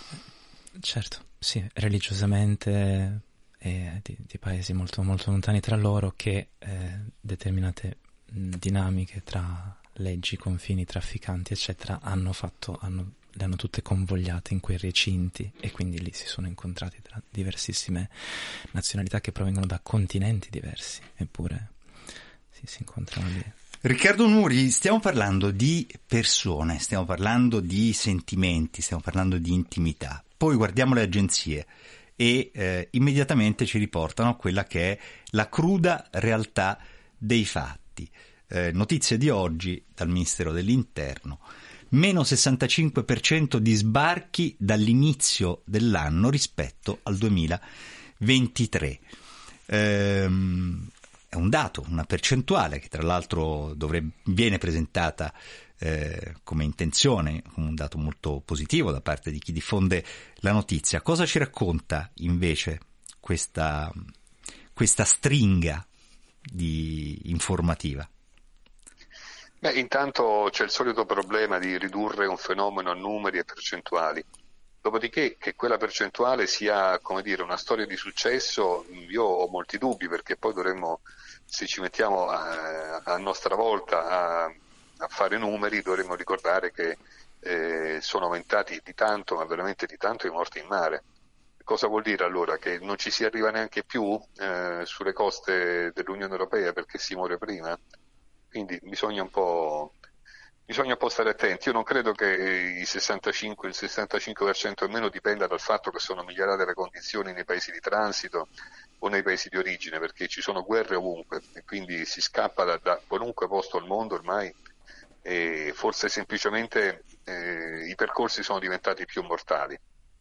S11: Certo, sì, religiosamente... e di, di paesi molto molto lontani tra loro, che eh, determinate mh, dinamiche tra leggi, confini, trafficanti eccetera hanno fatto hanno le hanno tutte convogliate in quei recinti, e quindi lì si sono incontrati tra diversissime nazionalità che provengono da continenti diversi, eppure sì, si incontrano lì.
S7: Riccardo Nuri, stiamo parlando di persone, stiamo parlando di sentimenti, stiamo parlando di intimità. Poi guardiamo le agenzie e eh, immediatamente ci riportano a quella che è la cruda realtà dei fatti. Eh, notizie di oggi dal Ministero dell'Interno: meno sessantacinque per cento di sbarchi dall'inizio dell'anno rispetto al duemilaventitré. Ehm, è un dato, una percentuale che tra l'altro dovrebbe, viene presentata eh, come intenzione, come un dato molto positivo da parte di chi diffonde la notizia. Cosa ci racconta invece questa, questa stringa di informativa?
S12: Beh, intanto c'è il solito problema di ridurre un fenomeno a numeri e percentuali. Dopodiché che quella percentuale sia, come dire, una storia di successo, io ho molti dubbi, perché poi dovremmo, se ci mettiamo a, a nostra volta a, a fare numeri, dovremmo ricordare che eh, sono aumentati di tanto, ma veramente di tanto, i morti in mare. Cosa vuol dire allora? Che non ci si arriva neanche più eh, sulle coste dell'Unione Europea perché si muore prima? Quindi bisogna un po', bisogna un po' stare attenti. Io non credo che i sessantacinque, il sessantacinque per cento almeno dipenda dal fatto che sono migliorate le condizioni nei paesi di transito o nei paesi di origine, perché ci sono guerre ovunque e quindi si scappa da, da qualunque posto al mondo ormai, e forse semplicemente eh, i percorsi sono diventati più mortali.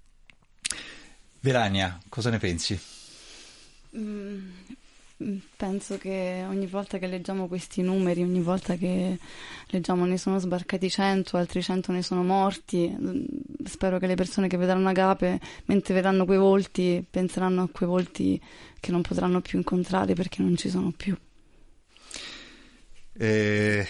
S7: Verania, cosa ne pensi?
S10: Mm. Penso che ogni volta che leggiamo questi numeri, ogni volta che leggiamo ne sono sbarcati cento, altri cento ne sono morti, spero che le persone che vedranno Agape, mentre vedranno quei volti, penseranno a quei volti che non potranno più incontrare perché non ci sono più.
S7: Eh...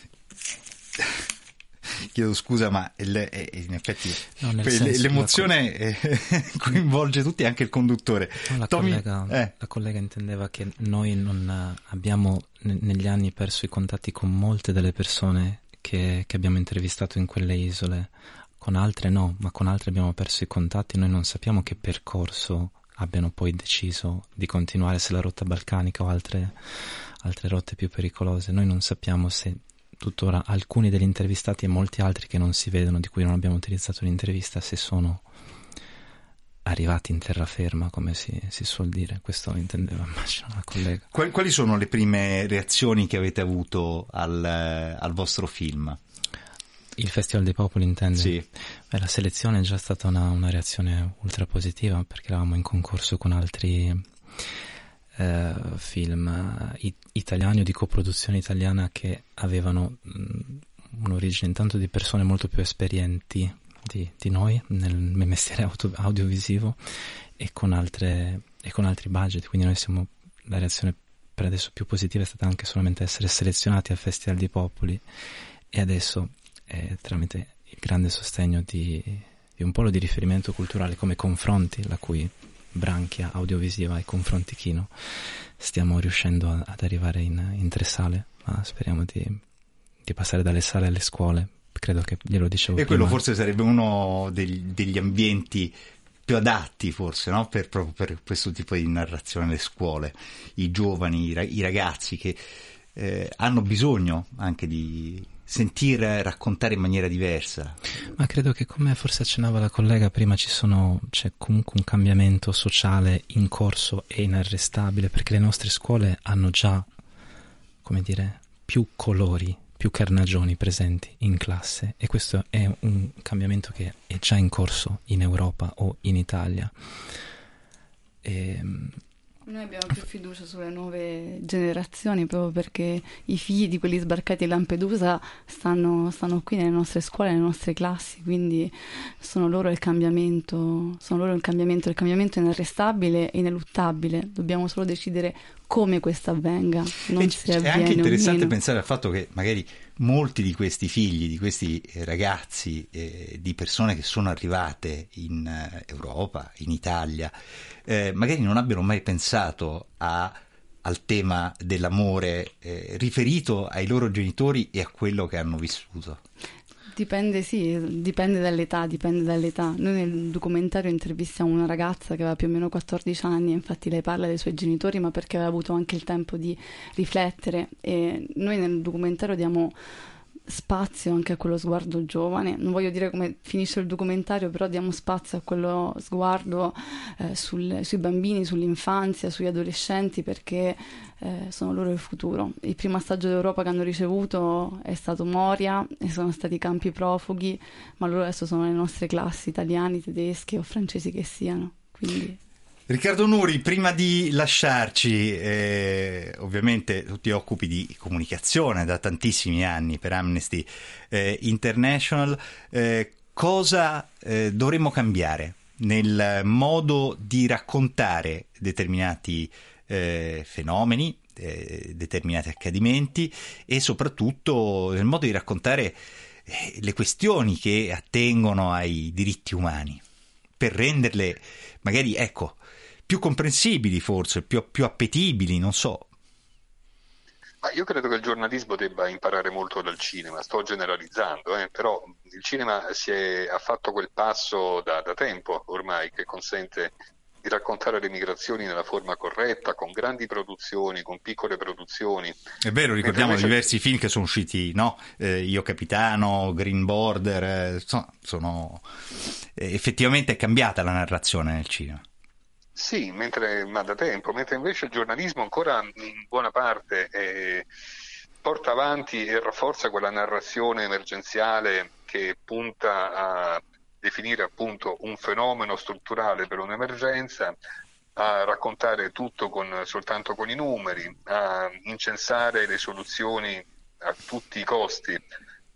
S7: Chiedo scusa, ma il, in effetti
S11: no,
S7: l'emozione la co- coinvolge tutti, anche il conduttore.
S11: No, la,
S7: Tommy,
S11: collega,
S7: eh.
S11: la collega intendeva che noi non abbiamo ne, negli anni perso i contatti con molte delle persone che, che abbiamo intervistato in quelle isole, con altre no, ma con altre abbiamo perso i contatti. Noi non sappiamo che percorso abbiano poi deciso di continuare, se la rotta balcanica o altre, altre rotte più pericolose. Noi non sappiamo se tuttora alcuni degli intervistati e molti altri che non si vedono, di cui non abbiamo utilizzato l'intervista, se sono arrivati in terraferma, come si, si suol dire. Questo intendeva, immagino, la collega.
S7: Quali, quali sono le prime reazioni che avete avuto al, al vostro film?
S11: Il Festival dei Popoli, intende?
S7: Sì.
S11: Beh, la selezione è già stata una, una reazione ultra positiva, perché eravamo in concorso con altri eh, film eh, italiani o di coproduzione italiana che avevano mh, un'origine intanto di persone molto più esperienti di, di noi nel mestiere auto, audiovisivo e con altre e con altri budget, quindi noi siamo, la reazione per adesso più positiva è stata anche solamente essere selezionati al Festival dei Popoli, e adesso eh, tramite il grande sostegno di, di un polo di riferimento culturale come Confronti, la cui branchia audiovisiva è Confronti Kino, stiamo riuscendo a, ad arrivare in, in tre sale, ma speriamo di, di passare dalle sale alle scuole. Credo che glielo dicevo
S7: e
S11: prima.
S7: Quello forse sarebbe uno degli, degli ambienti più adatti, forse, no? Per, proprio per questo tipo di narrazione, le scuole, i giovani, i, i ragazzi che eh, hanno bisogno anche di sentire raccontare in maniera diversa.
S11: Ma credo che, come forse accennava la collega prima, ci sono c'è comunque un cambiamento sociale in corso e inarrestabile, perché le nostre scuole hanno già, come dire, più colori, più carnagioni presenti in classe, e questo è un cambiamento che è già in corso in Europa o in Italia. E
S10: noi abbiamo più fiducia sulle nuove generazioni, proprio perché i figli di quelli sbarcati a Lampedusa stanno, stanno qui nelle nostre scuole, nelle nostre classi, quindi sono loro il cambiamento, sono loro il cambiamento, il cambiamento è inarrestabile e ineluttabile, dobbiamo solo decidere come questo avvenga, non
S7: e
S10: se
S7: è
S10: avviene
S7: anche interessante
S10: o
S7: pensare al fatto che magari molti di questi figli, di questi ragazzi, eh, di persone che sono arrivate in eh, Europa, in Italia, eh, magari non abbiano mai pensato a, al tema dell'amore eh, riferito ai loro genitori e a quello che hanno vissuto.
S10: Dipende, sì, dipende dall'età, dipende dall'età. Noi nel documentario intervistiamo una ragazza che aveva più o meno quattordici anni, infatti lei parla dei suoi genitori, ma perché aveva avuto anche il tempo di riflettere, e noi nel documentario diamo spazio anche a quello sguardo giovane. Non voglio dire come finisce il documentario, però diamo spazio a quello sguardo eh, sul, sui bambini, sull'infanzia, sugli adolescenti, perché eh, sono loro il futuro. Il primo assaggio d'Europa che hanno ricevuto è stato Moria e sono stati campi profughi, ma loro adesso sono le nostre classi, italiani, tedeschi o francesi che siano. Quindi
S7: Riccardo Nuri, prima di lasciarci, eh, ovviamente tu ti occupi di comunicazione da tantissimi anni per Amnesty eh, International, eh, cosa eh, dovremmo cambiare nel modo di raccontare determinati eh, fenomeni, eh, determinati accadimenti e soprattutto nel modo di raccontare eh, le questioni che attengono ai diritti umani, per renderle magari, ecco, più comprensibili forse, più, più appetibili, non so.
S12: Ma io credo che il giornalismo debba imparare molto dal cinema, sto generalizzando, eh, però il cinema si è, ha fatto quel passo da, da tempo ormai che consente di raccontare le migrazioni nella forma corretta, con grandi produzioni, con piccole produzioni.
S7: È vero, ricordiamo
S12: invece...
S7: diversi film che sono usciti, no? Eh, Io Capitano, Green Border, eh, sono, sono... Eh, effettivamente è cambiata la narrazione nel cinema.
S12: Sì, mentre, ma da tempo, mentre invece il giornalismo ancora in buona parte eh, porta avanti e rafforza quella narrazione emergenziale che punta a definire appunto un fenomeno strutturale per un'emergenza, a raccontare tutto con, soltanto con i numeri, a incensare le soluzioni a tutti i costi eh,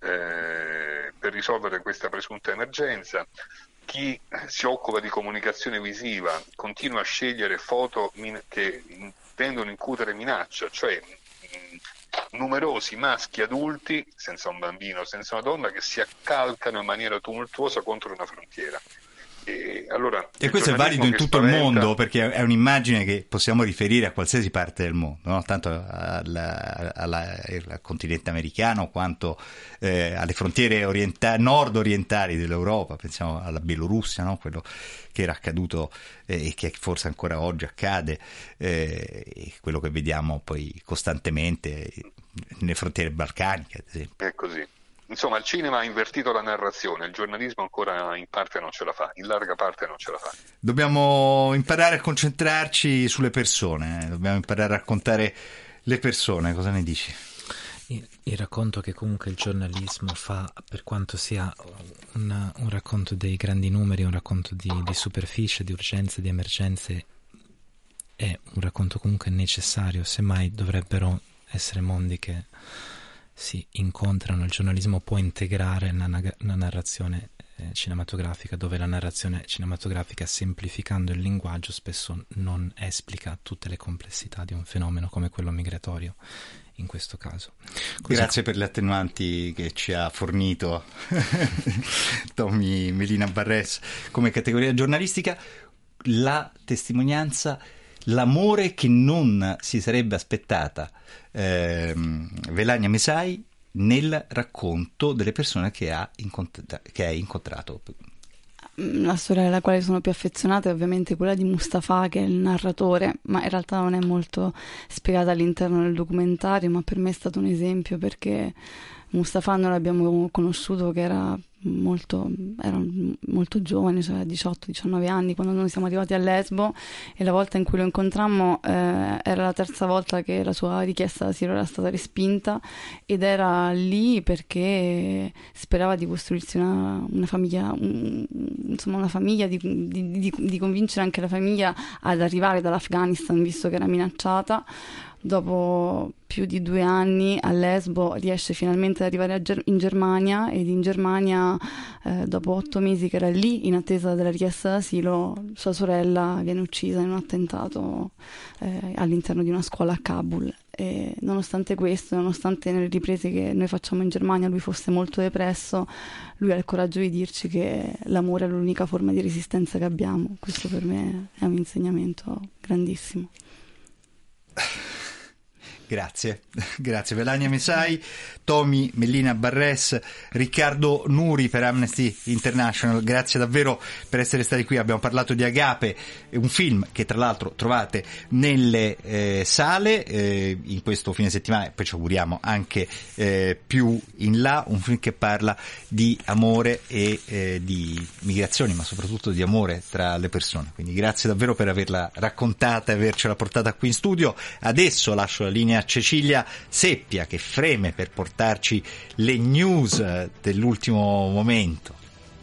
S12: per risolvere questa presunta emergenza. Chi si occupa di comunicazione visiva continua a scegliere foto min- che intendono incutere minaccia, cioè mh, numerosi maschi adulti, senza un bambino, senza una donna, che si accalcano in maniera tumultuosa contro una frontiera. E, allora,
S7: e questo è valido in tutto spaventa... il mondo, perché è un'immagine che possiamo riferire a qualsiasi parte del mondo, no? Tanto alla, alla, al continente americano quanto eh, alle frontiere orienta- nord-orientali dell'Europa. Pensiamo alla Bielorussia, no? Quello che era accaduto eh, e che forse ancora oggi accade, eh, e quello che vediamo poi costantemente nelle frontiere balcaniche, ad esempio.
S12: È così. Insomma, il cinema ha invertito la narrazione, il giornalismo ancora in parte non ce la fa, in larga parte non ce la fa.
S7: Dobbiamo imparare a concentrarci sulle persone, eh? Dobbiamo imparare a raccontare le persone, cosa ne dici?
S11: Il, il racconto che comunque il giornalismo fa, per quanto sia una, un racconto dei grandi numeri, un racconto di, di superficie, di urgenze, di emergenze, è un racconto comunque necessario, semmai dovrebbero essere mondi che si incontrano. Il giornalismo può integrare una, una narrazione eh, cinematografica, dove la narrazione cinematografica, semplificando il linguaggio, spesso non esplica tutte le complessità di un fenomeno come quello migratorio in questo caso. Così...
S7: Grazie per le attenuanti che ci ha fornito Tommy Melina Barres come categoria giornalistica. La testimonianza, l'amore che non si sarebbe aspettata ehm, Velania Mesai nel racconto delle persone che ha incontra- che hai incontrato.
S10: La storia alla quale sono più affezionata è ovviamente quella di Mustafa, che è il narratore, ma in realtà non è molto spiegata all'interno del documentario, ma per me è stato un esempio, perché Mustafa noi l'abbiamo conosciuto che era molto, era molto giovane, cioè diciotto diciannove anni, quando noi siamo arrivati a Lesbo, e la volta in cui lo incontrammo eh, era la terza volta che la sua richiesta d'asilo era stata respinta, ed era lì perché sperava di costruirsi una, una famiglia, un, insomma una famiglia, di, di, di, di convincere anche la famiglia ad arrivare dall'Afghanistan, visto che era minacciata. Dopo più di due anni a Lesbo riesce finalmente ad arrivare Ger- in Germania, ed in Germania eh, dopo otto mesi che era lì in attesa della richiesta d'asilo, sua sorella viene uccisa in un attentato eh, all'interno di una scuola a Kabul. E nonostante questo, nonostante nelle riprese che noi facciamo in Germania lui fosse molto depresso, lui ha il coraggio di dirci che l'amore è l'unica forma di resistenza che abbiamo. Questo per me è un insegnamento grandissimo.
S7: Grazie, grazie Melania Mesai, Tomi Mellina Barres, Riccardo Nuri per Amnesty International, grazie davvero per essere stati qui. Abbiamo parlato di Agape, un film che tra l'altro trovate nelle eh, sale eh, in questo fine settimana, e poi ci auguriamo anche eh, più in là, un film che parla di amore e eh, di migrazioni, ma soprattutto di amore tra le persone. Quindi grazie davvero per averla raccontata e avercela portata qui in studio. Adesso lascio la linea a Cecilia Seppia, che freme per portarci le news dell'ultimo momento.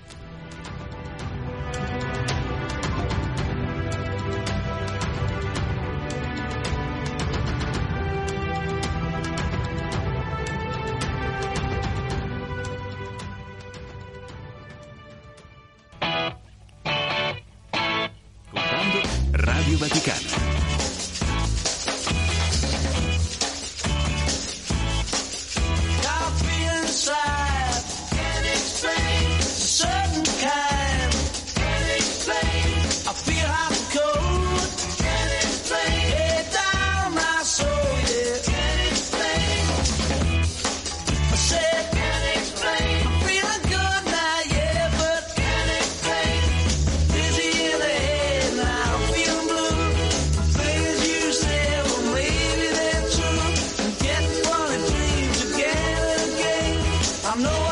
S6: Radio Vaticana.
S13: I know